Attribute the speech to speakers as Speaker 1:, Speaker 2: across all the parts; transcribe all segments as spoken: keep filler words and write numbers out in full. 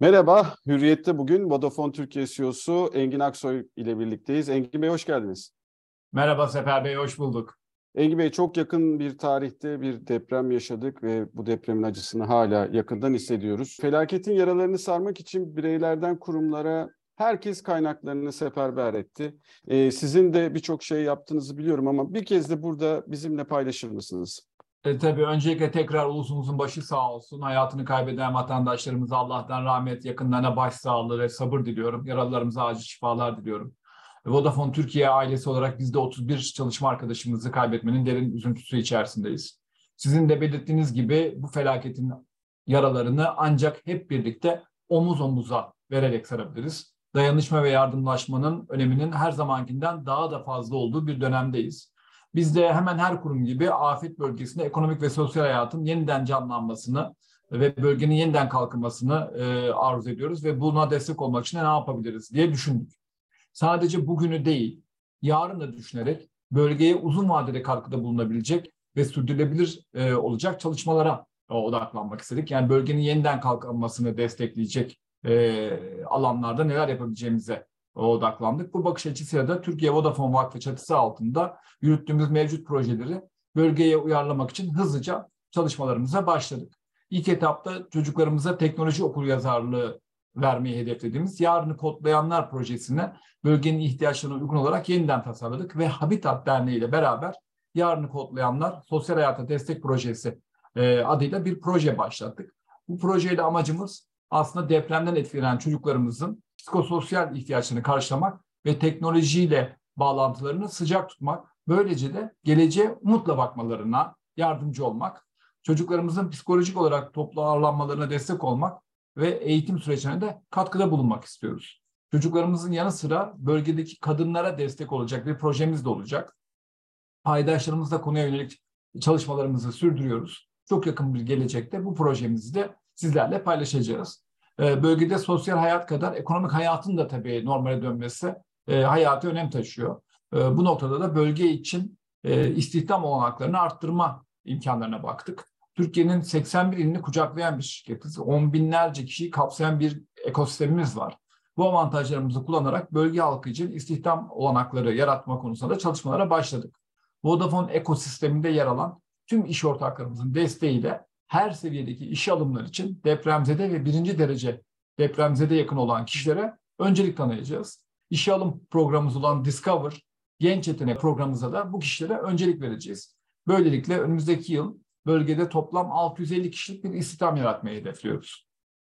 Speaker 1: Merhaba, Hürriyet'te bugün Vodafone Türkiye C E O'su Engin Aksoy ile birlikteyiz. Engin Bey hoş geldiniz.
Speaker 2: Merhaba Sefer Bey, hoş bulduk.
Speaker 1: Engin Bey, çok yakın bir tarihte bir deprem yaşadık ve bu depremin acısını hala yakından hissediyoruz. Felaketin yaralarını sarmak için bireylerden kurumlara herkes kaynaklarını seferber etti. Ee, sizin de birçok şey yaptığınızı biliyorum ama bir kez de burada bizimle paylaşır mısınız?
Speaker 2: E, tabii öncelikle tekrar ulusumuzun başı sağ olsun. Hayatını kaybeden vatandaşlarımıza Allah'tan rahmet, yakınlarına başsağlığı ve sabır diliyorum. Yaralılarımıza acil şifalar diliyorum. Vodafone Türkiye ailesi olarak biz de otuz bir çalışma arkadaşımızı kaybetmenin derin üzüntüsü içerisindeyiz. Sizin de belirttiğiniz gibi bu felaketin yaralarını ancak hep birlikte omuz omuza vererek sarabiliriz. Dayanışma ve yardımlaşmanın öneminin her zamankinden daha da fazla olduğu bir dönemdeyiz. Biz de hemen her kurum gibi afet bölgesinde ekonomik ve sosyal hayatın yeniden canlanmasını ve bölgenin yeniden kalkınmasını e, arzu ediyoruz ve buna destek olmak için ne yapabiliriz diye düşündük. Sadece bugünü değil, yarın da düşünerek bölgeye uzun vadede katkıda bulunabilecek ve sürdürülebilir e, olacak çalışmalara e, odaklanmak istedik. Yani bölgenin yeniden kalkınmasını destekleyecek e, alanlarda neler yapabileceğimize odaklandık. Bu bakış açısıyla da Türkiye Vodafone Vakfı çatısı altında yürüttüğümüz mevcut projeleri bölgeye uyarlamak için hızlıca çalışmalarımıza başladık. İlk etapta çocuklarımıza teknoloji okuryazarlığı vermeyi hedeflediğimiz Yarını Kodlayanlar projesine bölgenin ihtiyaçlarına uygun olarak yeniden tasarladık ve Habitat Derneği ile beraber Yarını Kodlayanlar Sosyal Hayata Destek Projesi e, adıyla bir proje başlattık. Bu projeyle amacımız aslında depremden etkilenen çocuklarımızın psikososyal ihtiyaçlarını karşılamak ve teknolojiyle bağlantılarını sıcak tutmak. Böylece de geleceğe umutla bakmalarına yardımcı olmak, çocuklarımızın psikolojik olarak toparlanmalarına destek olmak ve eğitim süreçlerine de katkıda bulunmak istiyoruz. Çocuklarımızın yanı sıra bölgedeki kadınlara destek olacak bir projemiz de olacak. Paydaşlarımızla konuya yönelik çalışmalarımızı sürdürüyoruz. Çok yakın bir gelecekte bu projemizi de sizlerle paylaşacağız. Bölgede sosyal hayat kadar ekonomik hayatın da tabii normale dönmesi e, hayati önem taşıyor. E, bu noktada da bölge için e, istihdam olanaklarını arttırma imkanlarına baktık. Türkiye'nin seksen bir ilini kucaklayan bir şirketiz. On binlerce kişiyi kapsayan bir ekosistemimiz var. Bu avantajlarımızı kullanarak bölge halkı için istihdam olanakları yaratma konusunda da çalışmalara başladık. Vodafone ekosisteminde yer alan tüm iş ortaklarımızın desteğiyle her seviyedeki işe alımlar için depremzede ve birinci derece depremzede yakın olan kişilere öncelik tanıyacağız. İşe alım programımız olan Discover, Genç Yetenek programımıza da bu kişilere öncelik vereceğiz. Böylelikle önümüzdeki yıl bölgede toplam altı yüz elli kişilik bir istihdam yaratmayı hedefliyoruz.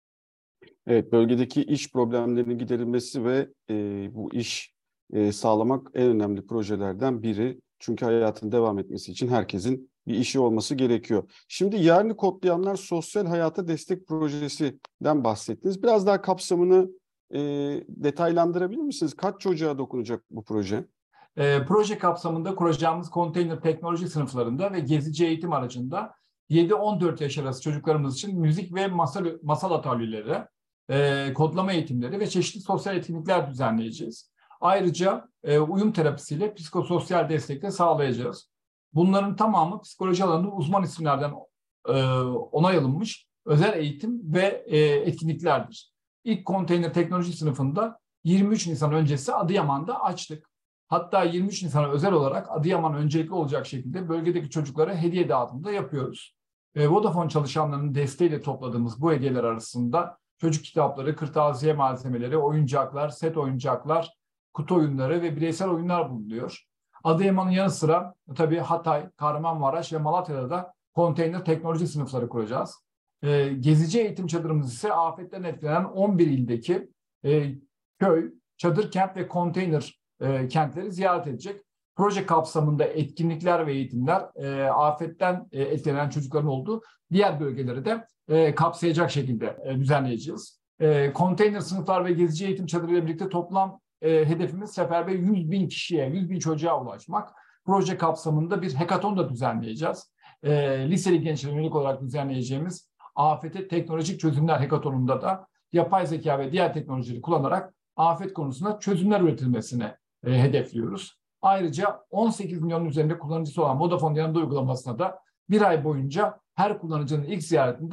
Speaker 1: Evet, bölgedeki iş problemlerinin giderilmesi ve e, bu iş e, sağlamak en önemli projelerden biri. Çünkü hayatın devam etmesi için herkesin bir işi olması gerekiyor. Şimdi Yarını Kodlayanlar Sosyal Hayata Destek Projesi'den bahsettiniz. Biraz daha kapsamını e, detaylandırabilir misiniz? Kaç çocuğa dokunacak bu proje?
Speaker 2: E, proje kapsamında kuracağımız konteyner teknoloji sınıflarında ve gezici eğitim aracında yedi on dört yaş arası çocuklarımız için müzik ve masal, masal atölyeleri, e, kodlama eğitimleri ve çeşitli sosyal etkinlikler düzenleyeceğiz. Ayrıca e, uyum terapisiyle psikososyal destek de sağlayacağız. Bunların tamamı psikoloji alanında uzman isimlerden e, onay alınmış özel eğitim ve e, etkinliklerdir. İlk konteyner teknoloji sınıfında yirmi üç Nisan öncesi Adıyaman'da açtık. Hatta yirmi üç Nisan'a özel olarak Adıyaman öncelikli olacak şekilde bölgedeki çocuklara hediye dağıtımı da yapıyoruz. E, Vodafone çalışanlarının desteğiyle topladığımız bu hediyeler arasında çocuk kitapları, kırtasiye malzemeleri, oyuncaklar, set oyuncaklar, kutu oyunları ve bireysel oyunlar bulunuyor. Adıyaman'ın yanı sıra tabii Hatay, Kahramanmaraş ve Malatya'da da konteyner teknoloji sınıfları kuracağız. E, gezici eğitim çadırımız ise afetten etkilenen on bir ildeki e, köy, çadır kent ve konteyner e, kentleri ziyaret edecek. Proje kapsamında etkinlikler ve eğitimler e, afetten e, etkilenen çocukların olduğu diğer bölgeleri de e, kapsayacak şekilde e, düzenleyeceğiz. E, konteyner sınıflar ve gezici eğitim çadırıyla birlikte toplam e, hedefimiz Sefer yüz bin kişiye, yüz bin çocuğa ulaşmak. Proje kapsamında bir hackathon da düzenleyeceğiz. E, liseli gençlere yönelik olarak düzenleyeceğimiz afete teknolojik çözümler hackathonunda da yapay zeka ve diğer teknolojileri kullanarak afet konusunda çözümler üretilmesine e, hedefliyoruz. Ayrıca on sekiz milyonun üzerinde kullanıcısı olan Vodafone Yanında uygulamasına da bir ay boyunca her kullanıcının ilk ziyaretinde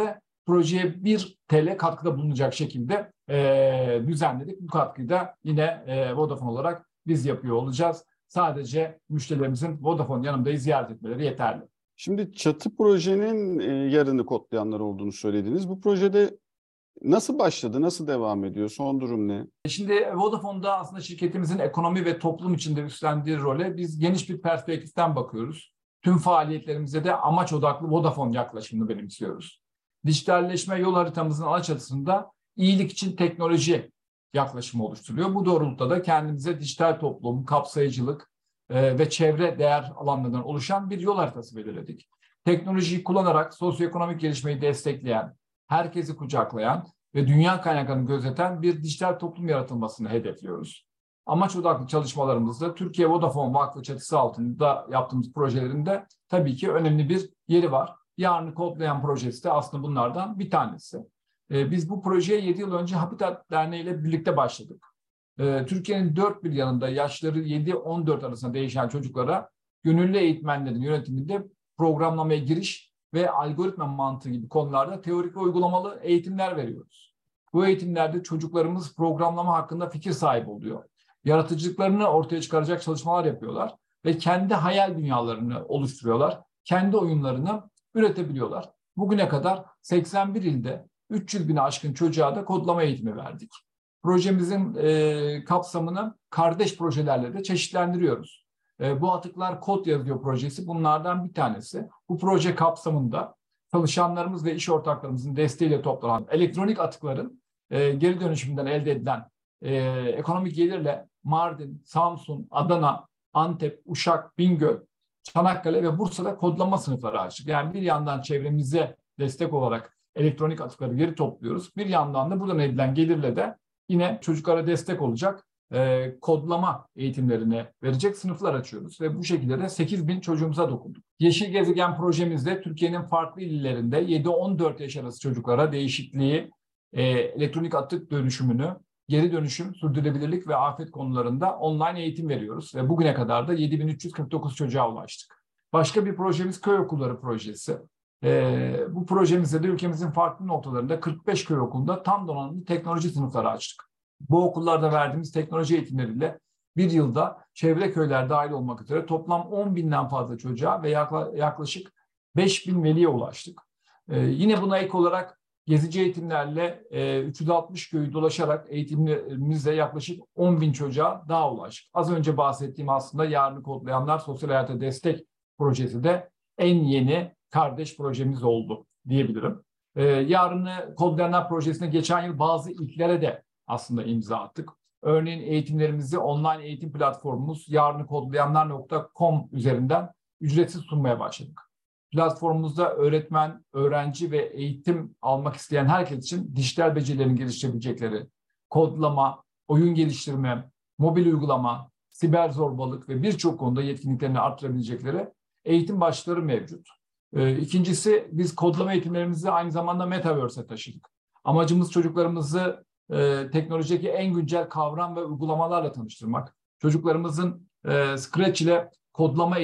Speaker 2: projeye bir T L katkıda bulunacak şekilde e, düzenledik. Bu katkıyı da yine e, Vodafone olarak biz yapıyor olacağız. Sadece müşterilerimizin Vodafone yanımdayı ziyaret etmeleri yeterli.
Speaker 1: Şimdi çatı projenin e, yarını kodlayanlar olduğunu söylediniz. Bu projede nasıl başladı, nasıl devam ediyor, son durum ne?
Speaker 2: Şimdi Vodafone'da aslında şirketimizin ekonomi ve toplum içinde üstlendiği role biz geniş bir perspektiften bakıyoruz. Tüm faaliyetlerimizde de amaç odaklı Vodafone yaklaşımını benimsiyoruz. Dijitalleşme yol haritamızın ana çatısında iyilik için teknoloji yaklaşımı oluşturuyor. Bu doğrultuda da kendimize dijital toplum, kapsayıcılık e, ve çevre değer alanlarından oluşan bir yol haritası belirledik. Teknolojiyi kullanarak sosyoekonomik gelişmeyi destekleyen, herkesi kucaklayan ve dünya kaynaklarını gözeten bir dijital toplum yaratılmasını hedefliyoruz. Amaç odaklı çalışmalarımızda Türkiye Vodafone Vakfı çatısı altında yaptığımız projelerinde tabii ki önemli bir yeri var. Yarını kodlayan projesi de aslında bunlardan bir tanesi. Ee, biz bu projeye yedi yıl önce Habitat Derneği ile birlikte başladık. Ee, Türkiye'nin dört bir yanında yaşları yedi on dört arasında değişen çocuklara gönüllü eğitmenlerin yönetiminde programlamaya giriş ve algoritma mantığı gibi konularda teorik ve uygulamalı eğitimler veriyoruz. Bu eğitimlerde çocuklarımız programlama hakkında fikir sahibi oluyor. Yaratıcılıklarını ortaya çıkaracak çalışmalar yapıyorlar ve kendi hayal dünyalarını oluşturuyorlar. Kendi oyunlarını üretebiliyorlar. Bugüne kadar seksen bir ilde üç yüz bine aşkın çocuğa da kodlama eğitimi verdik. Projemizin e, kapsamını kardeş projelerle de çeşitlendiriyoruz. E, bu Atıklar Kod Yazıyor projesi bunlardan bir tanesi. Bu proje kapsamında çalışanlarımız ve iş ortaklarımızın desteğiyle toplanan elektronik atıkların e, geri dönüşümünden elde edilen e, ekonomik gelirle Mardin, Samsun, Adana, Antep, Uşak, Bingöl, Çanakkale ve Bursa'da kodlama sınıfları açtık. Yani bir yandan çevremize destek olarak elektronik atıkları geri topluyoruz. Bir yandan da buradan edilen gelirle de yine çocuklara destek olacak e, kodlama eğitimlerini verecek sınıflar açıyoruz. Ve bu şekilde de sekiz bin çocuğumuza dokunduk. Yeşil Gezegen projemizde Türkiye'nin farklı illerinde yedi on dört yaş arası çocuklara değişikliği, e, elektronik atık dönüşümünü, geri dönüşüm, sürdürülebilirlik ve afet konularında online eğitim veriyoruz. Ve bugüne kadar da yedi bin üç yüz kırk dokuz çocuğa ulaştık. Başka bir projemiz Köy Okulları projesi. Ee, bu projemizde de ülkemizin farklı noktalarında kırk beş köy okulunda tam donanımlı teknoloji sınıfları açtık. Bu okullarda verdiğimiz teknoloji eğitimleriyle bir yılda çevre köyler dahil olmak üzere toplam on binden fazla çocuğa ve yaklaşık beş bin veliye ulaştık. Ee, yine buna ek olarak gezici eğitimlerle e, üç yüz altmış köyü dolaşarak eğitimlerimizle yaklaşık on bin çocuğa daha ulaştık. Az önce bahsettiğim aslında Yarını Kodlayanlar Sosyal Hayata Destek projesi de en yeni kardeş projemiz oldu diyebilirim. Ee, Yarını Kodlayanlar projesine geçen yıl bazı ilklere de aslında imza attık. Örneğin eğitimlerimizi online eğitim platformumuz yarını kodlayanlar nokta com üzerinden ücretsiz sunmaya başladık. Platformumuzda öğretmen, öğrenci ve eğitim almak isteyen herkes için dijital becerilerini geliştirebilecekleri, kodlama, oyun geliştirme, mobil uygulama, siber zorbalık ve birçok konuda yetkinliklerini arttırabilecekleri eğitim başlıkları mevcut. Ee, ikincisi biz kodlama eğitimlerimizi aynı zamanda Metaverse'e taşıdık. Amacımız çocuklarımızı e, teknolojideki en güncel kavram ve uygulamalarla tanıştırmak. Çocuklarımızın e, Scratch ile kodlama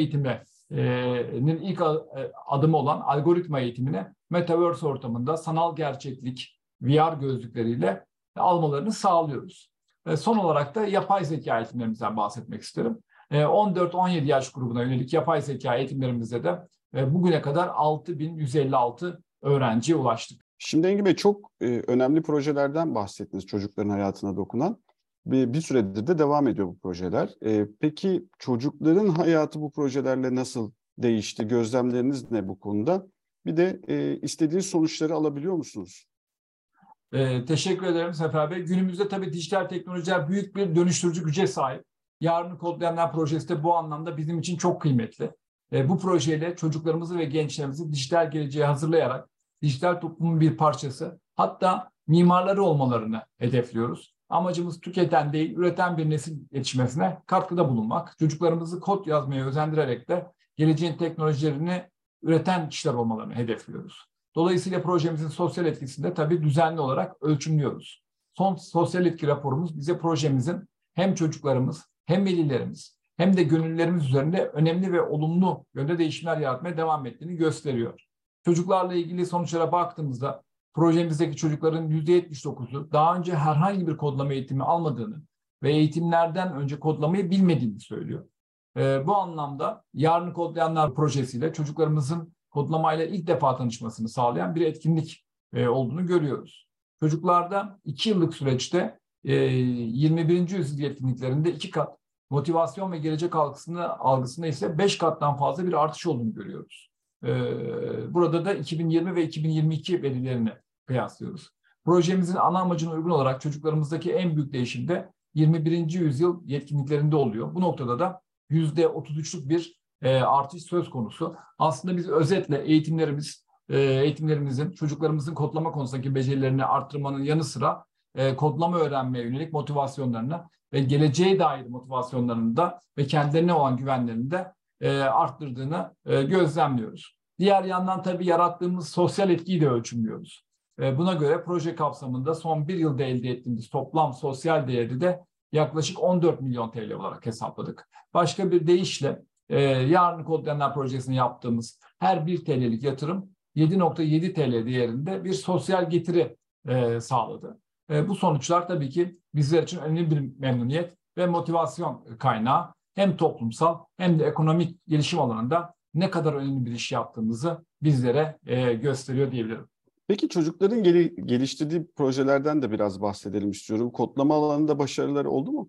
Speaker 2: eğitiminin ilk adımı olan algoritma eğitimini Metaverse ortamında sanal gerçeklik, V R gözlükleriyle almalarını sağlıyoruz. E, son olarak da yapay zeka eğitimlerimizden bahsetmek isterim. E, on dört on yedi yaş grubuna yönelik yapay zeka eğitimlerimizde de e, bugüne kadar altı bin yüz elli altı öğrenciye ulaştık.
Speaker 1: Şimdi Engin Bey çok e, önemli projelerden bahsettiniz çocukların hayatına dokunan. Bir, bir süredir de devam ediyor bu projeler. E, peki çocukların hayatı bu projelerle nasıl değişti? Gözlemleriniz ne bu konuda? Bir de e, istediğiniz sonuçları alabiliyor musunuz?
Speaker 2: E, teşekkür ederim Sefer Bey. Günümüzde tabii dijital teknolojiler büyük bir dönüştürücü güce sahip. Yarını Kodlayanlar projesi de bu anlamda bizim için çok kıymetli. E, bu projeyle çocuklarımızı ve gençlerimizi dijital geleceğe hazırlayarak dijital toplumun bir parçası, hatta mimarları olmalarını hedefliyoruz. Amacımız tüketen değil, üreten bir nesil yetişmesine katkıda bulunmak. Çocuklarımızı kod yazmaya özendirerek de geleceğin teknolojilerini üreten kişiler olmalarını hedefliyoruz. Dolayısıyla projemizin sosyal etkisini de tabii düzenli olarak ölçümlüyoruz. Son sosyal etki raporumuz bize projemizin hem çocuklarımız, hem velilerimiz, hem de gönüllülerimiz üzerinde önemli ve olumlu yönde değişimler yaratmaya devam ettiğini gösteriyor. Çocuklarla ilgili sonuçlara baktığımızda projemizdeki çocukların yüzde yetmiş dokuzu daha önce herhangi bir kodlama eğitimi almadığını ve eğitimlerden önce kodlamayı bilmediğini söylüyor. E, bu anlamda Yarını Kodlayanlar projesiyle çocuklarımızın kodlamayla ilk defa tanışmasını sağlayan bir etkinlik e, olduğunu görüyoruz. Çocuklarda iki yıllık süreçte e, yirmi birinci yüzyıl yetkinliklerinde iki kat, motivasyon ve gelecek algısında, algısında ise beş kattan fazla bir artış olduğunu görüyoruz. E, burada da iki bin yirmi ve iki bin yirmi iki verilerini kıyaslıyoruz. Projemizin ana amacına uygun olarak çocuklarımızdaki en büyük değişim de yirmi birinci yüzyıl yetkinliklerinde oluyor. Bu noktada da yüzde otuz üçlük bir e, artış söz konusu. Aslında biz özetle eğitimlerimiz, e, eğitimlerimizin çocuklarımızın kodlama konusundaki becerilerini arttırmanın yanı sıra e, kodlama öğrenmeye yönelik motivasyonlarını ve geleceğe dair motivasyonlarını da ve kendilerine olan güvenlerini de e, arttırdığını e, gözlemliyoruz. Diğer yandan tabii yarattığımız sosyal etkiyi de ölçümlüyoruz. E, buna göre proje kapsamında son bir yılda elde ettiğimiz toplam sosyal değeri de yaklaşık on dört milyon T L olarak hesapladık. Başka bir deyişle e, Yarını Kodlayanlar projesini yaptığımız her bir T L'lik yatırım yedi nokta yedi T L değerinde bir sosyal getiri e, sağladı. E, bu sonuçlar tabii ki bizler için önemli bir memnuniyet ve motivasyon kaynağı. Hem toplumsal hem de ekonomik gelişim alanında ne kadar önemli bir iş yaptığımızı bizlere e, gösteriyor diyebilirim.
Speaker 1: Peki çocukların gel geliştirdiği projelerden de biraz bahsedelim istiyorum. Kodlama alanında başarıları oldu mu?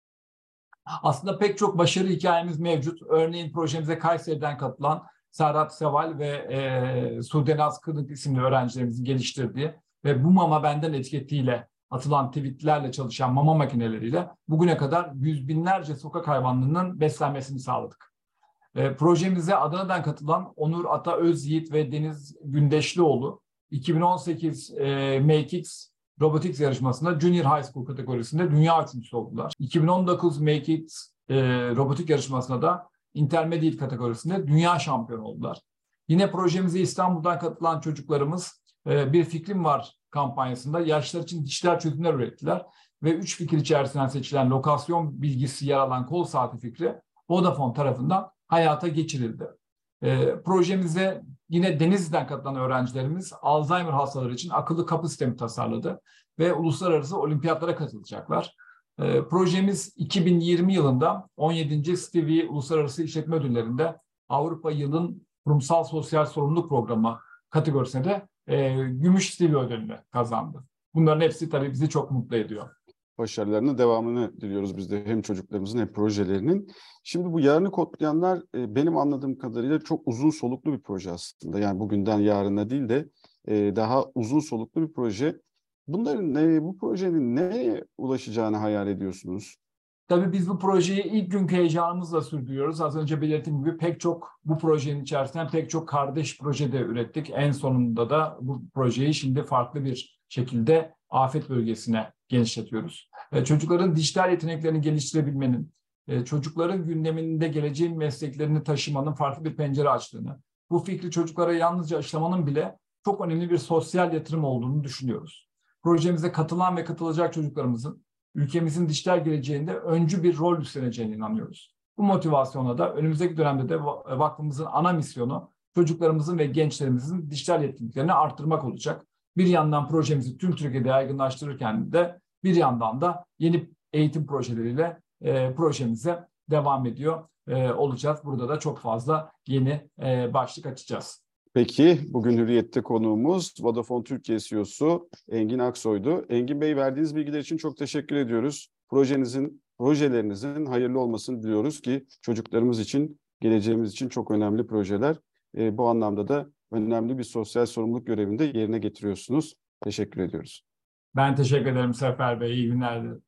Speaker 2: Aslında pek çok başarı hikayemiz mevcut. Örneğin projemize Kayseri'den katılan Serhat Seval ve e, Sudenaz Kırık isimli öğrencilerimizin geliştirdiği ve bu mama benden etiketiyle atılan tweetlerle çalışan mama makineleriyle bugüne kadar yüz binlerce sokak hayvanlarının beslenmesini sağladık. E, projemize Adana'dan katılan Onur Ata Özyiğit ve Deniz Gündeşlioğlu iki bin on sekiz e, MakeX Robotics yarışmasında Junior High School kategorisinde dünya üçüncüsü oldular. iki bin on dokuz MakeX e, robotik yarışmasında da Intermediate kategorisinde dünya şampiyonu oldular. Yine projemize İstanbul'dan katılan çocuklarımız e, Bir Fikrim Var kampanyasında yaşlılar için dijital çözümler ürettiler ve üç fikir içerisinden seçilen lokasyon bilgisi yer alan kol saati fikri Vodafone tarafından hayata geçirildi. E, projemize yine Denizli'den katılan öğrencilerimiz Alzheimer hastaları için akıllı kapı sistemi tasarladı ve uluslararası olimpiyatlara katılacaklar. E, projemiz iki bin yirmi yılında on yedinci Stevie Uluslararası İşletme Ödülleri'nde Avrupa Yılın Kurumsal Sosyal Sorumluluk Programı kategorisinde de e, Gümüş Stevie ödülünü kazandı. Bunların hepsi tabii bizi çok mutlu ediyor.
Speaker 1: Başarılarının devamını diliyoruz biz de hem çocuklarımızın hem projelerinin. Şimdi bu Yarını Kodlayanlar benim anladığım kadarıyla çok uzun soluklu bir proje aslında. Yani bugünden yarına değil de daha uzun soluklu bir proje. Bunların bu projenin nereye ulaşacağını hayal ediyorsunuz?
Speaker 2: Tabii biz bu projeyi ilk günkü heyecanımızla sürdürüyoruz. Az önce belirttiğim gibi pek çok bu projenin içerisinden pek çok kardeş proje de ürettik. En sonunda da bu projeyi şimdi farklı bir şekilde afet bölgesine genişletiyoruz. Çocukların dijital yeteneklerini geliştirebilmenin, çocukların gündeminde geleceğin mesleklerini taşımanın farklı bir pencere açtığını, bu fikri çocuklara yalnızca aşılamanın bile çok önemli bir sosyal yatırım olduğunu düşünüyoruz. Projemize katılan ve katılacak çocuklarımızın ülkemizin dijital geleceğinde öncü bir rol üstleneceğine inanıyoruz. Bu motivasyonla da önümüzdeki dönemde de vakfımızın ana misyonu çocuklarımızın ve gençlerimizin dijital yetkinliklerini arttırmak olacak. Bir yandan projemizi tüm Türkiye'de yaygınlaştırırken de bir yandan da yeni eğitim projeleriyle e, projemize devam ediyor e, olacağız. Burada da çok fazla yeni e, başlık açacağız.
Speaker 1: Peki, bugün Hürriyet'te konuğumuz Vodafone Türkiye C E O'su Engin Aksoy'du. Engin Bey, verdiğiniz bilgiler için çok teşekkür ediyoruz. Projenizin, projelerinizin hayırlı olmasını diliyoruz ki çocuklarımız için, geleceğimiz için çok önemli projeler. E, bu anlamda da önemli bir sosyal sorumluluk görevini de yerine getiriyorsunuz. Teşekkür ediyoruz.
Speaker 2: Ben teşekkür ederim Sefer Bey. İyi günler dilerim.